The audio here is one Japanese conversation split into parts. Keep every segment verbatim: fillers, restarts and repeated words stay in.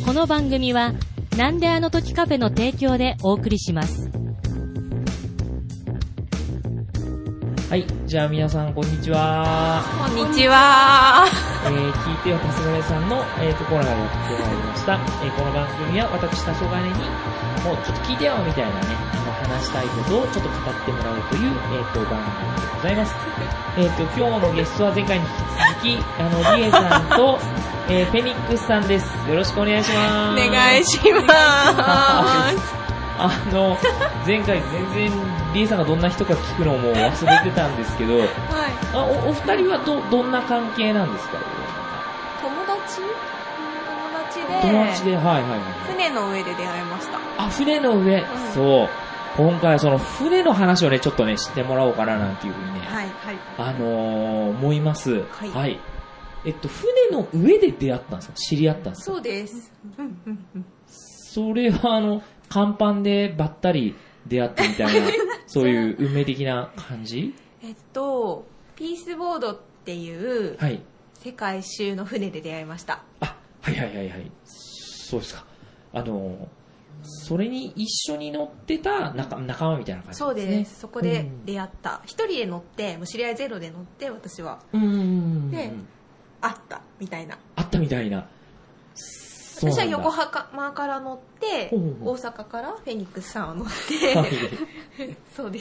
この番組はなんであの時カフェの提供でお送りします。 はい、じゃあ皆さんこんにちは。 こんにちは。 えー、聞いてよパスガレさんの、えー、とコーナーがやってまいりました。えー、この番組は私たそがねにもうちょっと聞いてよみたいなね、話したいことをちょっと語ってもらおうという、えー、と番組でございます。えー、と今日のゲストは前回に引き続きあのリエさんと、えー、フェニックスさんです。よろしくお願いします。 お願いします。 あの前回全然リエさんがどんな人か聞くのも忘れてたんですけど、はい、あ お, お二人は ど, どんな関係なんですか？ 友達友達で友達で、はいはいはい、 船の上で出会いました。 あ、船の上、うん、そう。今回その船の話をねちょっとね知ってもらおうかななんていうふうにね、 はいはい、 あのー、思います。 はい、 はい。えっと船の上で出会ったんですか？知り合ったんですか？ そうです。うんうんうん。 それはあの甲板でばったり出会ったみたいなそういう運命的な感じ？ えっとピースボードっていう世界一周の船で出会いました。 あ、はいはいはいはい。そうですか。あのそれに一緒に乗ってた 仲, 仲間みたいな感じですね。 そうです。そこで出会った。一、うん、人で乗ってもう知り合いゼロで乗って私は。 うん。 で会ったみたいな。 会ったみたいな。 私は横浜から乗って、うんうん、大阪からフェニックスさんを乗って、はい、そうです。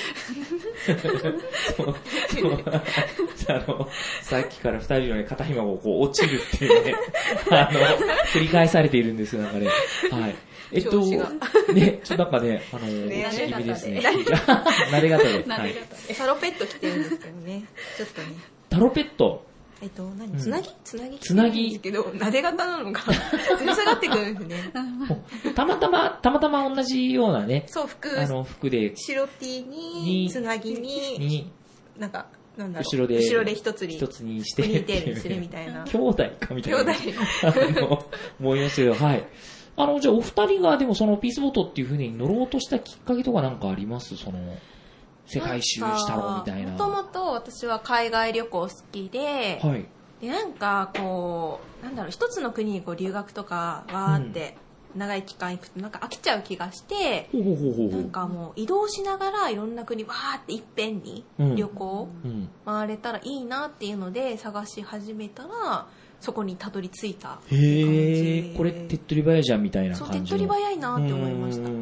あのさっきから二人の、ね、肩ひもがこう落ちるっていうねあの繰り返されているんですよなんかね。はい。えっとねちょっとなんかねあの落ち気味ですね。慣れ方で。 はい。タロペット着てるんですけどね。ちょっとね。 タロペット。 えっと、何つなぎ、うん、つなぎつなぎですけど、撫で型なのか、ずり下がってくるんですね。 たまたま、たまたま同じようなね。 そう、服。 あの、服で。 白 T に、つなぎに、になんか、なんだろう。 後ろで、 後ろで一つに、 一つにして。 ポニーテールにするみたいな。 兄弟かみたいな。 兄弟。 あの、思いますけど、はい。あの、じゃあお二人がでもそのピースボートっていう船に乗ろうとしたきっかけとかなんかあります？その、世界一周したろみたいな。 もともと私は海外旅行好きで、はい。でなんかこうなんだろう一つの国にこう留学とかわーって長い期間行くとなんか飽きちゃう気がして、うん、なんかもう移動しながらいろんな国わーっていっぺんに旅行回れたらいいなっていうので探し始めたらそこにたどり着いた感じ。 へー、これ手っ取り早いじゃんみたいな感じの。 そう手っ取り早いなって思いました。うん、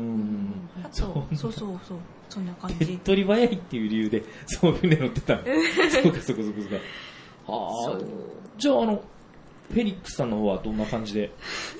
あとそうそうそうそんな感じ。 手っ取り早いっていう理由でそう船乗ってたそうかそうかそうかそうか。はあ、じゃああのフェニックスさんの方はどんな感じで？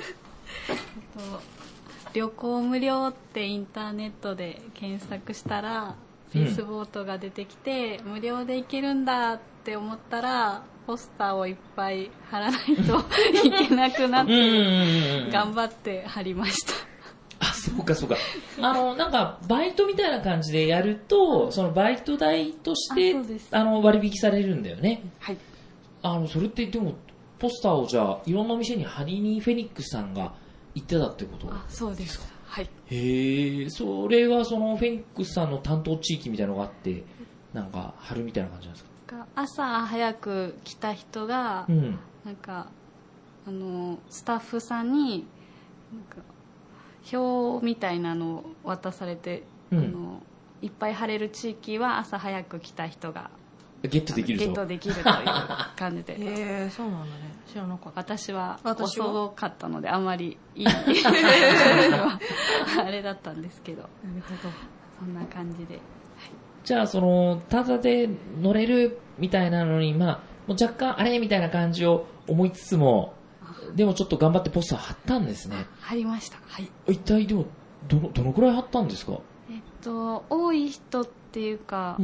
旅行無料ってインターネットで検索したらピースボートが出てきて、うん、無料で行けるんだって思ったらポスターをいっぱい貼らないといけなくなって頑張って貼りました。 あ、そうかそうか。あのなんかバイトみたいな感じでやるとそのバイト代としてああの割引されるんだよね。 はい。 あのそれってでもポスターをじゃあいろんなお店に貼りにフェニックスさんが行ってたってことですか？ あ、そうです。はい。 へえ、それはそのフェニックスさんの担当地域みたいなのがあってなんか貼るみたいな感じなんですか？ 朝早く来た人が、うん、なんかあのスタッフさんになんか表みたいなのを渡されて、うん、あのいっぱい貼れる地域は朝早く来た人がゲットできるとゲットできるという感じで。 へえ、そうなんだね。知らなかった。 私は遅かったのであんまりいいあれだったんですけど。なるほど。そんな感じで。はい、 じゃあそのタダで乗れるみたいなのにまあもう若干あれみたいな感じを思いつつも、でもちょっと頑張ってポスター貼ったんですね。 貼りました。はい。 一体でもどのどのくらい貼ったんですか？ えっと多い人っていうかは、うん、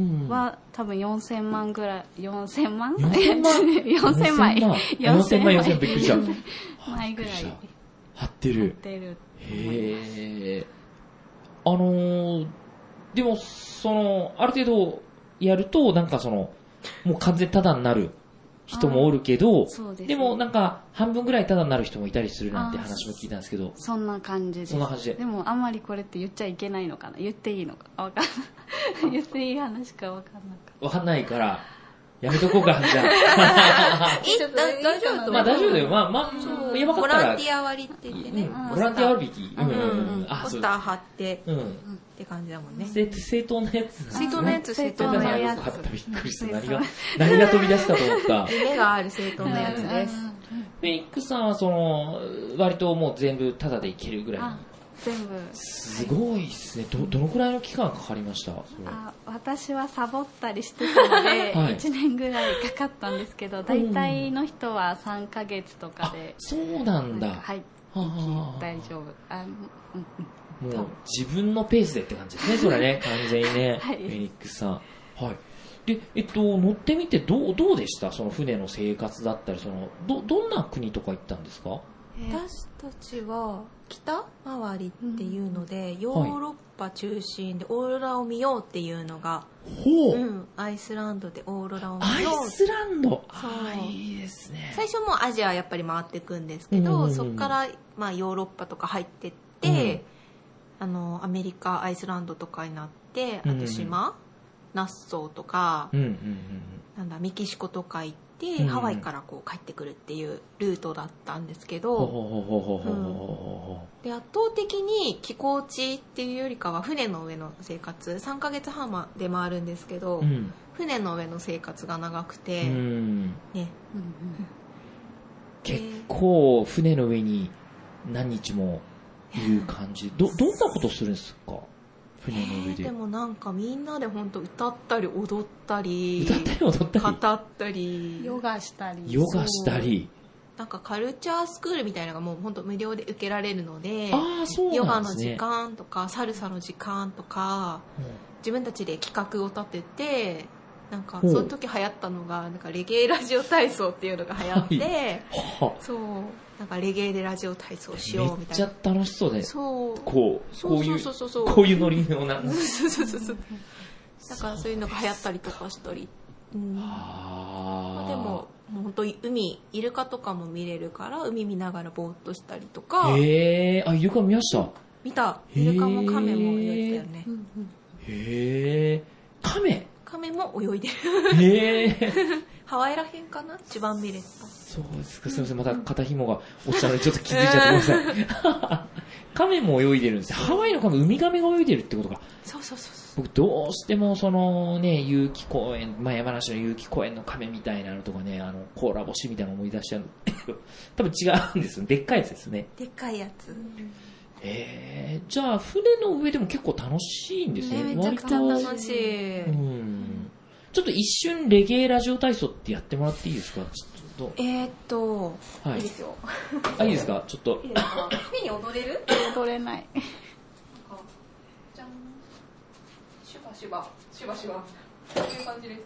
多分よんせんまんぐらいよんせんまん ?よんせんまんよんせんまいよんせんまいよんせんびっくりした枚ぐらい貼ってる。 貼ってる。 へえ。あのー、でもそのある程度やるとなんかそのもう完全タダになる人もおるけど、 で, でもなんか半分ぐらいタダになる人もいたりするなんて話も聞いたんですけど。 そんな感じです。 そんな感じで。 でもあんまりこれって言っちゃいけないのかな、言っていいのかわかんない言っていい話かわかんないかわかんないからやめとこうか、じゃあ。え、大丈夫まあ大丈夫だよ。まあまあ、やばかったら。 ボランティア割って言ってね。 ボランティア割引。うんうん。ポスター貼って、うん。って感じだもんね。 正当なやつ。 正当なやつ、正当なやつ。 びっくりした。何が、何が飛び出したと思った。 夢がある正当なやつです。 フェニックスさんはその、割ともう全部タダでいけるぐらいに。 全部すごいですね。どどのくらいの期間かかりました？ あ、私はサボったりしてたので、はい、いちねんぐらいかかったんですけど、大体の人はさんかげつとかで。 そうなんだ。 はい。は大丈夫。あ、 うん、もう自分のペースでって感じですね。それね、完全にね、 はい、 フェニックスさん。はい。で、えっと、乗ってみてどうどうでした？その船の生活だったり、そのどどんな国とか行ったんですか？ 私たちは北回りっていうので、うん、ヨーロッパ中心でオーロラを見ようっていうのが、 ほう、 うん、アイスランドでオーロラを見よう。 アイスランド、 そうあ、いいですね。 最初もアジアやっぱり回っていくんですけど、うんうんうん、そこから、まあ、ヨーロッパとか入ってって、うん、あのアメリカアイスランドとかになって、あと島、うんうん、ナッソーとか、うんうんうん、なんだメキシコとか行って、うん、ハワイからこう帰ってくるっていうルートだったんですけど、で圧倒的に寄港地っていうよりかは船の上の生活、さんかげつはんで回るんですけど、うん、船の上の生活が長くて、うん、ね、うんうん、 結構船の上に何日もいる感じ。どどんなことするんですか？船の上で。 えー、でもなんかみんなで本当歌ったり踊ったり、 歌ったり踊ったり、 語ったり、 ヨガしたり、 ヨガしたり、 なんかカルチャースクールみたいなのがもう本当無料で受けられるので、 あ、そうなんですね、 ヨガの時間とかサルサの時間とか、うん、自分たちで企画を立てて、なんかその時流行ったのがなんかレゲエラジオ体操っていうのが流行って、はい、そうなんかレゲエでラジオ体操しようみたいな。 めっちゃ楽しそうで、 そうこうこういうこういうノリのなんかそうそうそうそう。だからそういうのが流行ったりとかしたり、うん、あ、でももう本当に海イルカとかも見れるから海見ながらぼーっとしたりとか。 へえ、あ、イルカ見ました。 見た。イルカもカメも泳いでたよね。 へえ、カメ。 カメも泳いでる。へえ。 ハワイらへんかな一番見れた。 そうですか。すみません、また肩紐が落ちたのでちょっと気づいちゃってください。カメも泳いでるんです。ハワイのカメ、ウミガメが泳いでるってことか。 そうそうそうそう。 僕どうしてもそのね、有機公園、まあ、山梨の有機公園のカメみたいなのとかね、あのコーラ星みたいなの思い出しちゃう多分違うんですよ。でっかいやつですね。 でっかいやつ。 えー、じゃあ船の上でも結構楽しいんですね。 ね、めちゃくちゃ楽しい。 うん。ちょっと一瞬レゲエラジオ体操ってやってもらっていいですか？ちょっとえー、っと、はい、いいですよ。 あ、いいですか？ちょっと。 いいですか？船に踊れる？ 踊れない。 じゃん。シュバシュバ、シュバシュバ。こういう感じです。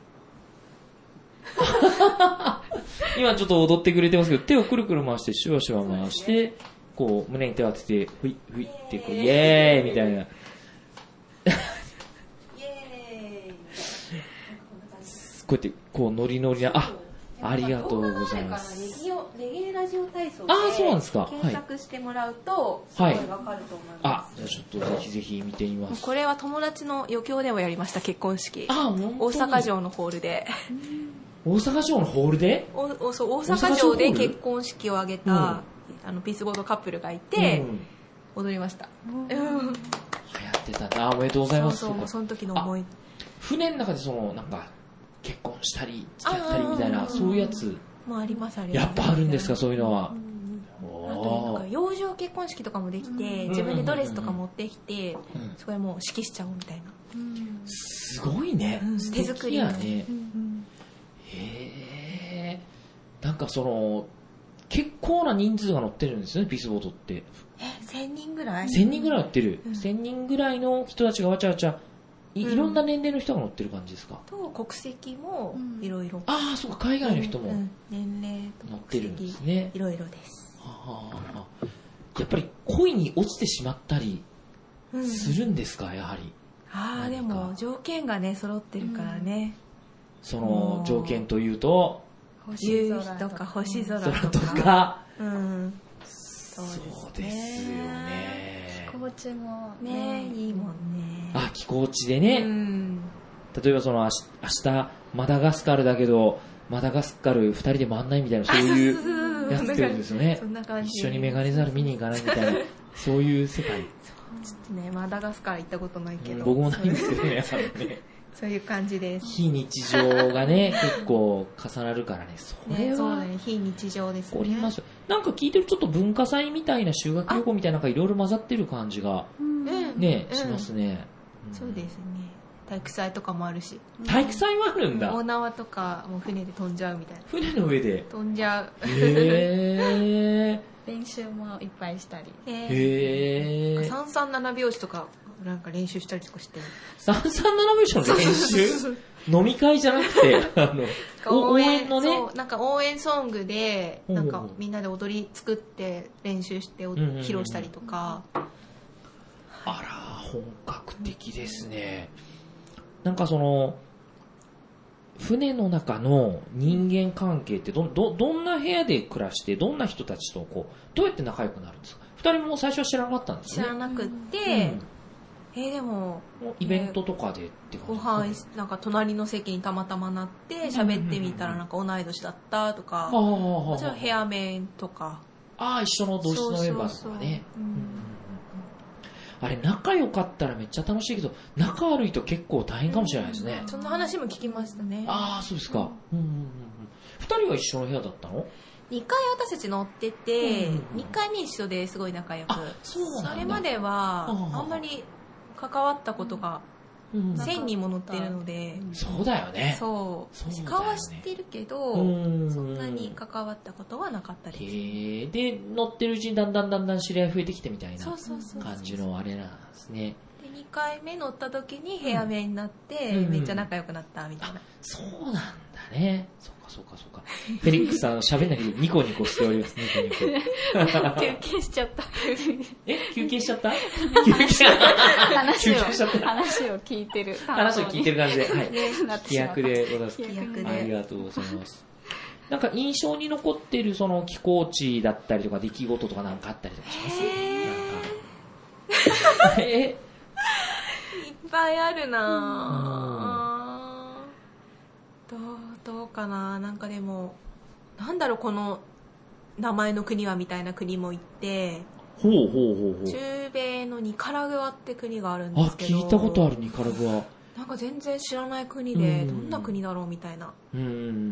今ちょっと踊ってくれてますけど、手をくるくる回して、シュバシュバ回して、こう胸に手を当てて、ふいふいってこう、イエーイみたいな。こうやってこうノリノリな、あ、ありがとうございます。 レゲエラジオ体操であ、そうなんですか。 検索してもらうとすごいわかると思います。 あ、じゃあちょっとぜひぜひ見てみます。 これは友達の余興でもやりました。結婚式。 あ、 大阪城のホールで。 大阪城のホールで？ お、そう、大阪城で結婚式を挙げた、うん、あのピースボードカップルがいて、うん、踊りました。うん、流行ってたな。おめでとうございます。 そうそう、その時の思い。 船の中でそのなんか。結婚したり付き合ったりみたいな、そういうやつもありますあります。 やっぱあるんですか、そういうのは。 うんうん、あとなんか洋上結婚式とかもできて、自分でドレスとか持ってきて、うん、そこでもう式しちゃおうみたいな。 うん、すごいね。 うん、手作りやね。うん、へえ。なんかその結構な人数が乗ってるんですね、ピースボートって。 え、千人ぐらい？ 千人ぐらい乗ってる。うん、千人ぐらいの人たちがわちゃわちゃ。い, いろんな年齢の人が乗ってる感じですか？ と国籍もいろいろ。 ああ、そうか、海外の人も、 うんうん、年齢と乗ってるんですね。 いろいろです。 はあ、やっぱり恋に落ちてしまったりするんですか、うん、やはり。 ああ、でも条件がね揃ってるからね。 うん、その条件というと、 夕日とか星空とか。 空とか。 うん。そうですね。 そうですよね。 気持ちもね、いいもんね。 あ、気候地でね、うん、例えばその明日マダガスカルだけど、マダガスカル二人で回んないみたいな、そういうやつってるんですよね。 そんな感じ。 一緒にメガネザル見に行かないみたいな、そういう世界。 ちょっとね、マダガスカル行ったことないけど。 僕もないんですけどね、ねそういう感じです。 非日常がね、結構重なるからね、それは。 ね、そうだね、非日常ですね。 おります。なんか聞いてるちょっと文化祭みたいな修学旅行みたいな、なんかいろいろ混ざってる感じが、ね、しますね。 そうですね。体育祭とかもあるし。 体育祭もあるんだ。 大縄とか、もう船で飛んじゃうみたいな。 船の上で飛んじゃう。 へー。 練習もいっぱいしたり。 へー。 三三七拍子とか、なんか練習したりとかして。 三三七拍子の練習飲み会じゃなくて、あの、応援のね。 そう、なんか応援ソングで、なんかみんなで踊り作って練習して披露したりとか。 あら、本格的ですね。なんかその、船の中の人間関係ってど、ど、どんな部屋で暮らして、どんな人たちとこう、どうやって仲良くなるんですか？二人も最初は知らなかったんですよね。 知らなくって、うん、えー、でも、 イベントとかでって感じですか？ご飯、なんか隣の席にたまたまなって喋ってみたらなんか同い年だったとか、もちろん部屋面とか。 ああ、一緒の同室のメンバーとかね。あれ仲良かったらめっちゃ楽しいけど、仲悪いと結構大変かもしれないですね。 そんな話も聞きましたね。 ああ、そうですか。うんうんうんうん。二人は一緒の部屋だったの？ にかい私たち乗ってて、うんうんうん、にかいめ一緒ですごい仲良く。 そうなんだ。 それまではあんまり関わったことがせんにんも乗ってるので、 うん、そうだよね。 そう。そうだよね、顔は知ってるけど、そんなに関わったことはなかったです。 へで、乗ってるうちにだんだんだんだん知り合い増えてきてみたいな感じのあれなんですね。 で、にかいめ乗った時に部屋目になって、うん、めっちゃ仲良くなったみたいな。 そうなんだね。そうかそうかそうか。フェリックスさん喋んないけどニコニコしております。ニコニコ。 休憩しちゃった。 え、休憩しちゃった？休憩しちゃった。 話を話を聞いてる。 話を聞いてる感じで、はい。飛躍でございます。 飛躍で。 ありがとうございます。なんか印象に残っているその寄港地だったりとか出来事とかなんかあったりとかします？なんか。え？いっぱいあるなぁ。どうどうかな、なんかでもなんだろう、この名前の国はみたいな国も行って、 ほうほうほうほう、 中米のニカラグアって国があるんですけど、 あ、聞いたことある。ニカラグアなんか全然知らない国で、どんな国だろうみたいな、 うん、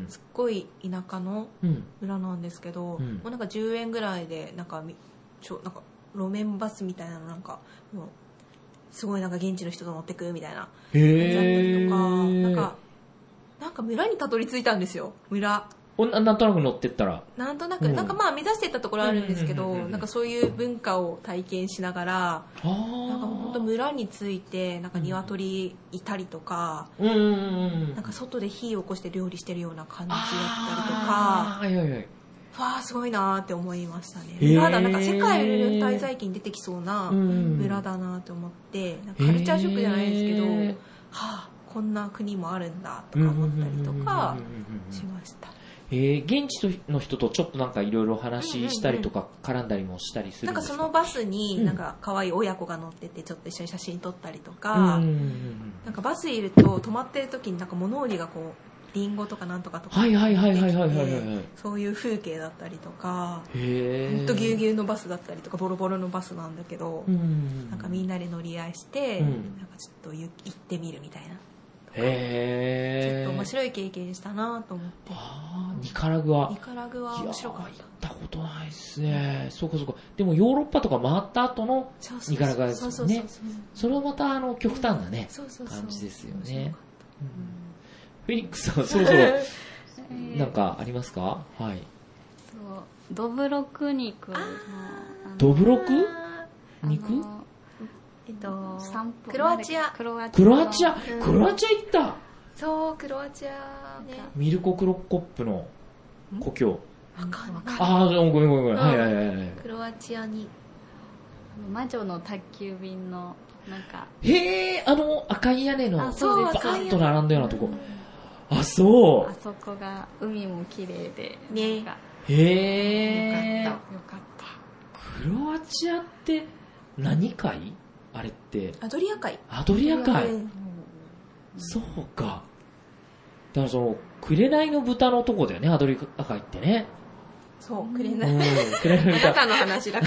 すっごい田舎の村なんですけど、うん、もうなんかじゅうえんぐらいでなんかちょなんか路面バスみたいなの、なんかもうすごいなんか現地の人と乗ってくみたいな感じだったりとか、なんかなんか村にたどり着いたんですよ。村お な, なんとなく乗ってったらなんとなく、うん、なんかまあ目指してたところあるんですけど、なんかそういう文化を体験しながら、なんか本当村に着いてなんか鶏いたりとか、うん、なんか外で火を起こして料理してるような感じだったりとか、はいはいはい、わあすごいなーって思いましたね。村だ、なんか世界滞在記に出てきそうな村だなと思って、なんかカルチャーショックじゃないですけど、はあこんな国もあるんだとか思ったりとかしました。 えー、現地の人とちょっとなんかいろいろ話したりとか絡んだりもしたりするんですか？ なんかそのバスになんか可愛い親子が乗っててちょっと一緒に写真撮ったりとか、なんかバスいると止まってる時になんか物売りがこうリンゴとかなんとかとかはいはいはいはいはいはい、 そういう風景だったりとか、ほんとぎゅうぎゅうのバスだったりとかボロボロのバスなんだけど、なんかみんなで乗り合いして、なんかちょっと行ってみるみたいな。へー、ちょっと面白い経験したなと思って。 あ、ニカラグア。 ニカラグア面白かった。 行ったことないですね。そうかそうか。でもヨーロッパとか回った後のニカラグアですよね。それはまたあの極端なね、感じですよね。フェニックスさんそろそろなんかありますか？はい。そうドブロク肉のドブロク肉？ えっと、クロアチア。 クロアチア。クロアチア、クロアチア行った。 そう、クロアチア、ね。 ミルコ・クロコップの故郷。 わかんない。 ああ、ごめんごめんごめん。はいはいはい。 クロアチアに。 魔女の宅急便の、なんか。 へえ、あの赤い屋根の、バーッと並んだようなとこ。あ、そう。 あそこが、海も綺麗で。 ね。 へえ。 よかった。よかった。 クロアチアって何海？あれってアドリア海。 アドリア海、うん、そうか。 からその、紅の豚のとこだよね、アドリ赤いってね。 そう、紅。 うん、紅の豚。 あなたの話だから。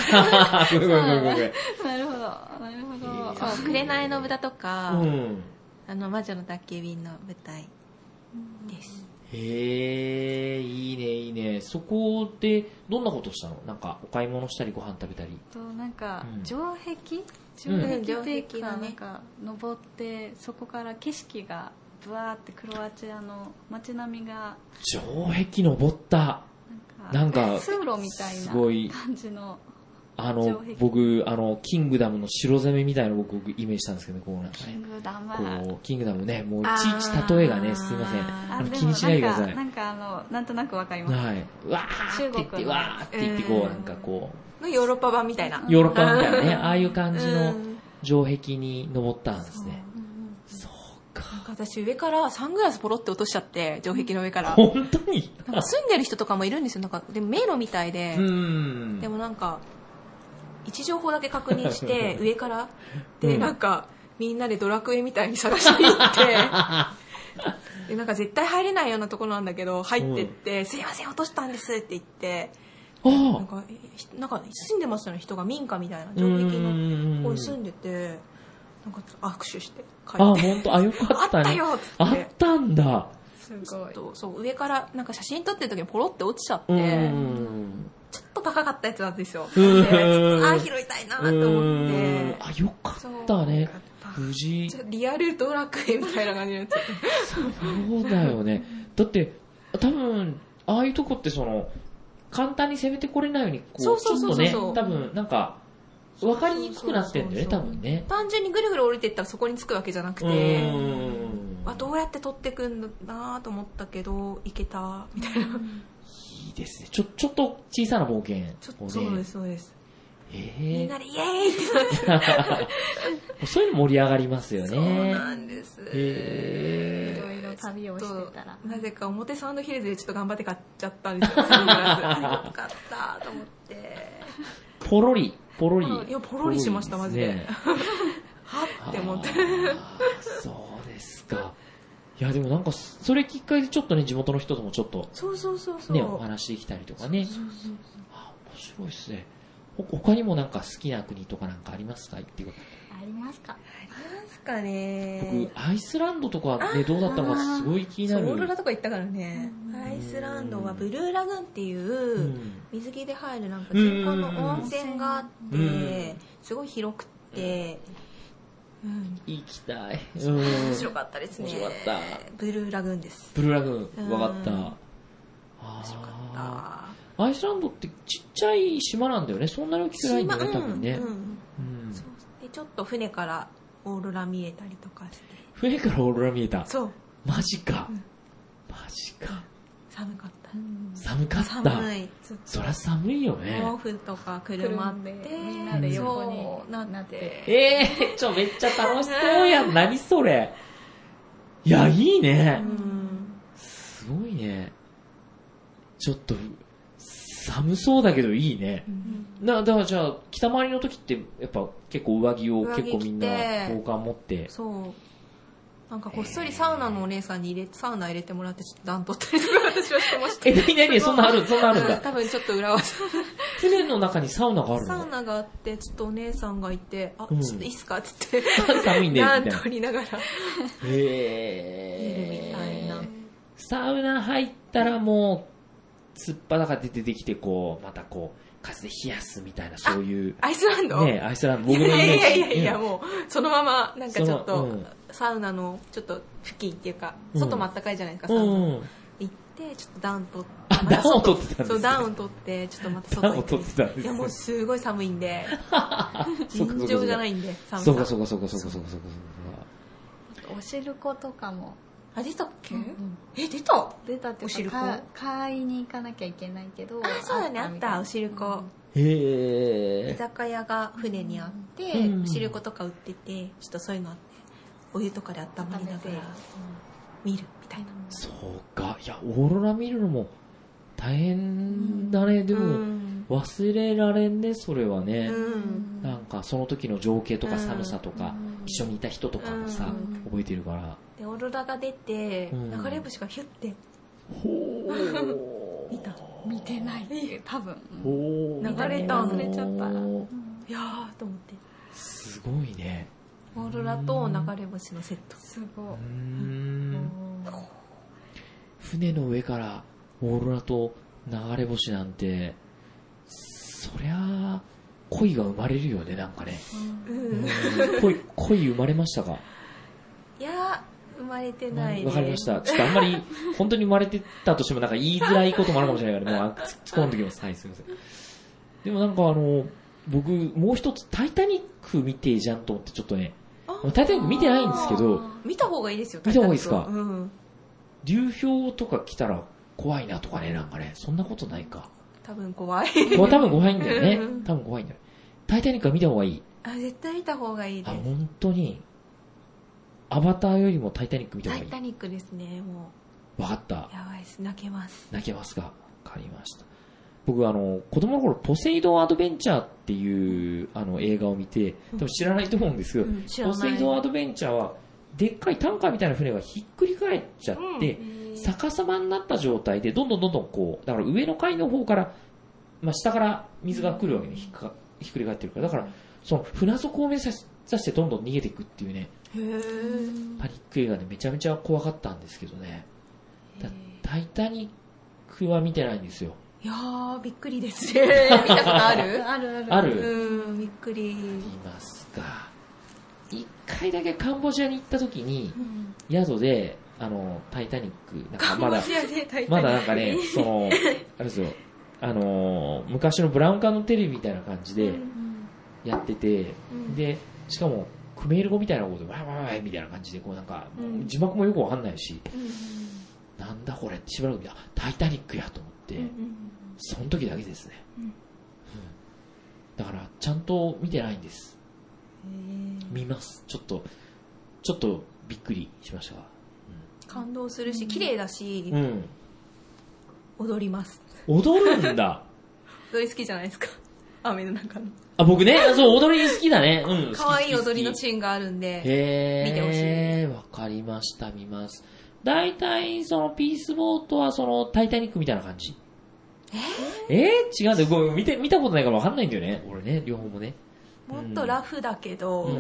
ごめんごめんごめんごめん。 なるほど、なるほど。 そう、紅の豚とか、 うん、 あの、魔女の宅急便の舞台です。 へえ、いいねいいね。そこでどんなことしたの？なんかお買い物したりご飯食べたり。 となんか城壁、 うん、 城壁っていうか、なんか登ってそこから景色がブワーってクロアチアの街並みが。 城壁登った。なんか、 なんか通路みたいな感じの。 あの、僕、あの、キングダムの城攻めみたいなの僕イメージしたんですけどね、こうなんかね。 キングダムこう、キングダムね、もういちいち例えがね、すいません。あの気にしないでください。 なんかあの、なんとなくわかります。 はい。わーって言って、わーって言って、こう、なんかこう。のヨーロッパ版みたいな。 ヨーロッパ版みたいなね、ああいう感じの城壁に登ったんですね。そうか。 なんか私上からサングラスポロって落としちゃって、城壁の上から。 本当に？ なんか住んでる人とかもいるんですよ。なんか、でも迷路みたいで。でもなんか、位置情報だけ確認して上からで、うん、なんかみんなでドラクエみたいに探しに行ってでなんか絶対入れないようなところなんだけど入ってって、うん、すいません落としたんですって言ってなんかなんか住んでましたね人が民家みたいな城壁のここに住んでてなんか握手して帰ってあ本当あよかったねあったよっつってあったんだすごいそう上からなんか写真撮ってる時にポロって落ちちゃってうんちょっと高かったやつなんですよ。でああ拾いたいなと思って。 あよかったね。無事。 リアルドラクエみたいな感じのやつ。 そうだよね。だって多分ああいうとこってその簡単に攻めてこれないようにこうちょっとね多分なんか分かりにくくなってんだよね多分ね。単純にぐるぐる降りていったらそこに着くわけじゃなくて、あどうやって取ってくんだなと思ったけどいけたみたいな。 いいですね。ちょ、ちょっと小さな冒険、ね。 そうです、そうです。 えー、 みんなでイエーイってなって。 そういうの盛り上がりますよね。 そうなんです。 えー、いろいろ旅をしてたら。 なぜか表サウンドヒルズでちょっと頑張って買っちゃったんですよ。サングラス。よかったと思って。 ポロリ、ポロリ。 いや、ポロリしました、マジで。ね、はって思って。 そうですか。いやでもなんかそれきっかけでちょっとね地元の人ともちょっとそうそうそうそうねお話できたりとかね。そうそうそうあ面白いですね。他にもなんか好きな国とかなんかありますかっていうありますか。ありますかね。 僕アイスランドとかねどうだったのかすごい気になる。 オーロラとか行ったからね。アイスランドはブルーラグーンっていう水着で入るなんか人工の温泉があってすごい広くて。 うん、行きたい、 うん、面白かったですね。 面白かった。 ブルーラグーンです。 ブルーラグーン、分かった。面白かった。 アイスランドってちっちゃい島なんだよね。そんなに大きくないんだよね、多分ね。うんうんうん、そうでちょっと船からオーロラ見えたりとかして。 船からオーロラ見えた。 そう。 マジか。 うん、 マジか。 寒かった。 寒かった。 寒い。 そりゃ寒いよね。 毛布とか車でみんなで横になって。 ええー、ちょ、めっちゃ楽しそうやん。何それ。いや、いいね。すごいね。ちょっと、寒そうだけどいいね。な、だからじゃあ、北回りの時って、やっぱ結構上着を結構みんな交換持って。 そう。なんかこっそりサウナのお姉さんに入れサウナ入れてもらってちょっと暖取ったりとか私はしてました。 え、なになにそんなあるそんなあるんだ。 多分ちょっと裏技。 船の中にサウナがあるの？ サウナがあって、ちょっとお姉さんがいて、あ、うん、ちょっといいっすかって言って。 寒いね。 暖取りながら。へえ。 みたいな。 サウナ入ったらもう、突っ裸で出てきて、こう、またこう、風で冷やすみたいな、そういう。 アイスランドねアイスランド。僕のイメージ。いやいやいや、もう、そのまま、なんかちょっと、うん、サウナの、ちょっと、付近っていうか、外もあったかいじゃないですか、サウナ。行って、ちょっと暖取って。 あ、暖を取ってたんですか？ そう、暖を取って、ちょっとまた外行って。暖を取ってたんです。 いや、もうすごい寒いんで。尋常じゃないんで、寒さ。 そうかそうかそうかそうかそうかそうか。 おしることかも。 あ、出たっけ？え、出た？ 出たっていうか、買いに行かなきゃいけないけど。 あ、そうだね、あった、おしるこ。 へ居酒屋が船にあって、おしることか売ってて、ちょっとそういうのあって、お湯とかで温まりながら見るみたいな。 そうか。いや、オーロラ見るのも大変だね。でも、忘れられんね、それはね。なんか、その時の情景とか寒さとか。 一緒にいた人とかもさ、うん、覚えてるから。 でオーロラが出て、うん、流れ星がヒュッてほー見た見てない多分流れた忘れちゃった、うん、 いやーと思ってすごいね。 オーロラと流れ星のセットすごい。うーん船の上からオーロラと流れ星なんてそりゃ恋が生まれるよね。なんかね、うんうん、恋, 恋生まれましたか？ いや生まれてないです。 わかりました。ちょっとあんまり本当に生まれてたとしてもなんか言いづらいこともあるかもしれないからもう突っ込んできます。はい、すみません。でもなんかあの僕もう一つタイタニック見てじゃんと思ってちょっとね、タイタニック見てないんですけど、 見た方がいいですよ。 見た方がいいですか？ うん、 流氷とか来たら怖いなとかね、なんかね、そんなことないか。 多分怖い。 多分怖いんだよね。多分怖いんだよ。タイタニックは見た方がいい。 あ、絶対見た方がいいです。 あ、本当に。アバターよりもタイタニック見た方がいい。 タイタニックですね、もう。わかった。 やばいです。泣けます。 泣けますか。わかりました。僕あの子供の頃ポセイドンアドベンチャーっていう、うん、あの映画を見て、多分知らないと思うんですけど、うん、ポセイドンアドベンチャーはでっかいタンカーみたいな船がひっくり返っちゃって、うん、逆さまになった状態でどんどんどんどんこうだから上の階の方から、まあ、下から水が来るわけで、ね、ひ, っひっくり返ってるからだからその船底を目指してどんどん逃げていくっていうねへパニック映画でめちゃめちゃ怖かったんですけどね。だタイタニックは見てないんですよ。 いやーびっくりですね。見たことある？ あるあるある。 うんびっくり。 いますか。一回だけカンボジアに行った時に、うん、宿であのタイタニックなんかまだまだなんかねそのあれですよあの昔のブラウン管のテレビみたいな感じでやってて、うん、でしかもクメール語みたいなことでワーワーワーみたいな感じでこうなんか、うん、字幕もよくわかんないし、うん、なんだこれってしばらく見たタイタニックやと思って、うん、その時だけですね、うんうん、だからちゃんと見てないんです。見ます。ちょっとちょっとびっくりしましたが、 うん、感動するし綺麗だし、うん、踊ります。 踊るんだ。 踊り好きじゃないですか。雨の中の。 あ、僕ね、そう踊り好きだね。うん。 可愛い踊りのシーンがあるんで、へ見てほしいです。 わかりました、見ます。だいたいそのピースボートはそのタイタニックみたいな感じ。えー、えー、違うんだよ。ごめん見て見たことないからわかんないんだよね。俺ね、両方もね。 もっとラフだけど、うん、うん、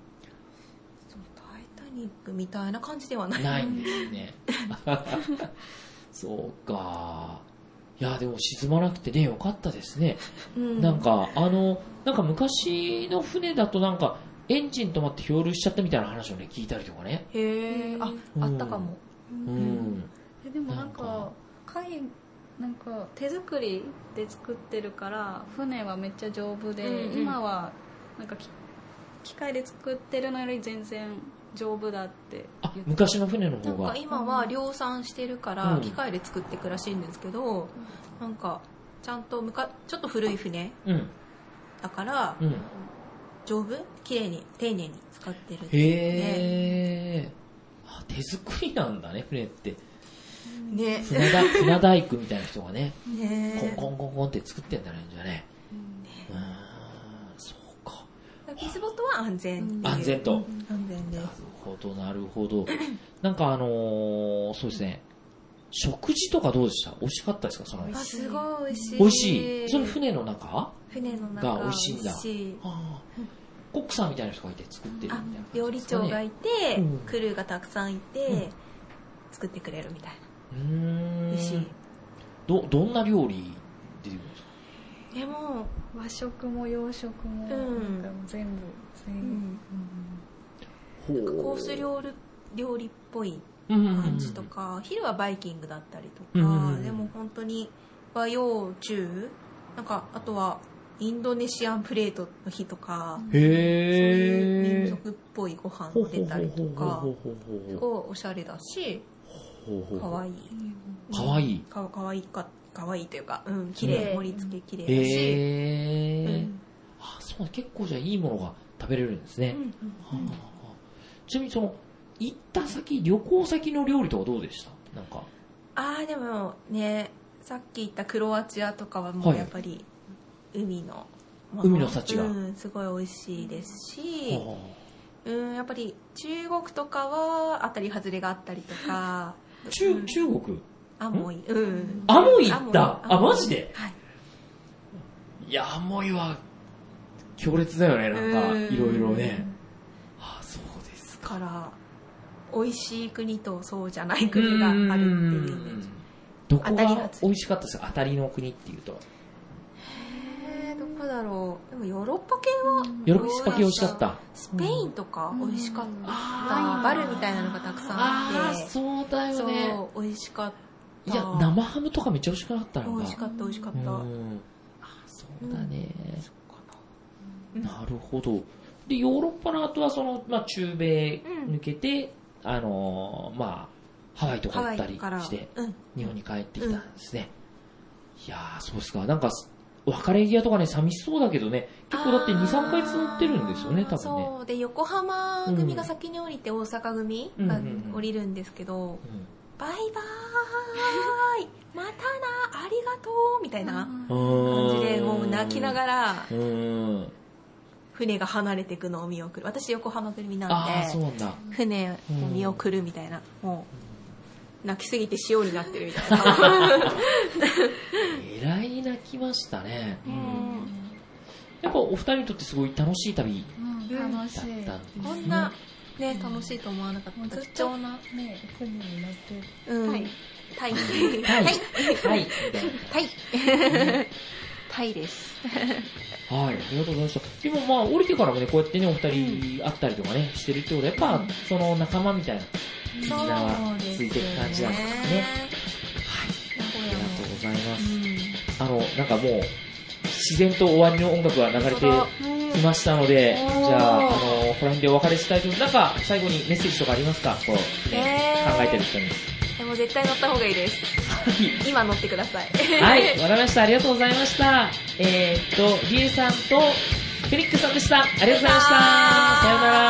そうタイタニックみたいな感じではない。 ないんですね。そうか。いやでも沈まなくてねよかったですね。うん、なんかあのなんか昔の船だとなんかエンジン止まって漂流しちゃったみたいな話をね聞いたりとかね。 へえ。あ、うん、あったかも。 うん。うん、えでもなんか海なんか手作りで作ってるから船はめっちゃ丈夫で、うんうん、今はなんか機械で作ってるのより全然丈夫だってあ昔の船の方がなんか今は量産してるから機械で作っていくらしいんですけど、うん、なんかちゃんとむかちょっと古い船、うん、だから、うん、丈夫綺麗に丁寧に使ってるっていう、ね、 へー手作りなんだね船ってね、 船, だ船大工みたいな人がね、ねコンコンコンコンって作ってんだねじゃね。ねうんそうか。 ピースボートは安全っていう安全と、うん、 安全です。 なるほどなるほど。なんかあのー、そうですね。食事とかどうでした？美味しかったですか？そのあすごい美味しい。 美味しい。その船の中？ 船の中が美味しいんだ。 美味しい。はあコックさんみたいな人がいて作ってるみたいな、ね、 料理長がいて、うん、クルーがたくさんいて、うん、作ってくれるみたいな。 うーん美味しい。 どどんな料理出てくるんですか？ でも和食も洋食も、うん、なんか全部全部、うん、コース料理料理っぽい感じとか、うんうんうん、昼はバイキングだったりとか、うんうんうん、でも本当に和洋中なんかあとはインドネシアンプレートの日とか、 へーそういう民族っぽいご飯が出たりとかすごいおしゃれだしかわいいかわいいかわいいかかわいいというか、うん、綺麗盛り付け綺麗だし、 へー、うん、あそう結構じゃあいいものが食べれるんですね、うんうんうんはあ、ちなみにその行った先旅行先の料理とかどうでした？なんかあーでもねさっき言ったクロアチアとかはもうやっぱり、はい海の海の幸が、 うん、すごい美味しいですし、はうんやっぱり中国とかは当たり外れがあったりとか中、うん、中国アモイうんアモイ行ったあマジで、 はい、 いやアモイは強烈だよねなんかいろいろねあそうですから美味しい国とそうじゃない国があるっていうイメージどこが美味しかったですか当たりの国っていうとへーどこだろうでもヨーロッパ系はヨーロッパ系美味しかったスペインとか美味しかった、うん、バルみたいなのがたくさんあってあそうだよねそう美味しかったいや生ハムとかめっちゃ美味しくなかったの美味しかった美味しかった、 うん、あそうだね、うん、なるほどでヨーロッパの後はその、まあ、中米抜けて、うん、あのー、まあハワイとか行ったりして、うん、日本に帰ってきたんですね、うん、いやーそうですかなんか別れ際とかね寂しそうだけどね結構だってにさんかい乗ってるんですよね多分ねそうで横浜組が先に降りて大阪組が降りるんですけど、うんうん、バイバーイまたなありがとうみたいな感じでもう泣きながら船が離れていくのを見送る私横浜組なんであそうなんだ船を見送るみたいなもう泣きすぎて塩になってるみたいなえらい泣きましたね、うん、やっぱお二人にとってすごい楽しい旅だったんですね、 うん、こんなね楽しいと思わなかった貴重なね船に乗ってうんタイタイタイタイタイですはい、ありがとうございました。でもまあ降りてからもねこうやってねお二人会ったりとかねしてるってことはやっぱ、うん、その仲間みたいな絆がついていく感じなんですかね。はい、ありがとうございます。うん、あのなんかもう自然と終わりの音楽が流れてきましたので、じゃああのこの辺でお別れしたいと思います。なんか最後にメッセージとかありますか？こう、ねえー、考えてる人に。 でも絶対乗った方がいいです。今乗ってください。 はい、わかりました。ありがとうございました。えー、っと、リエさんとフェニックスさんでした。ありがとうございました。さようなら。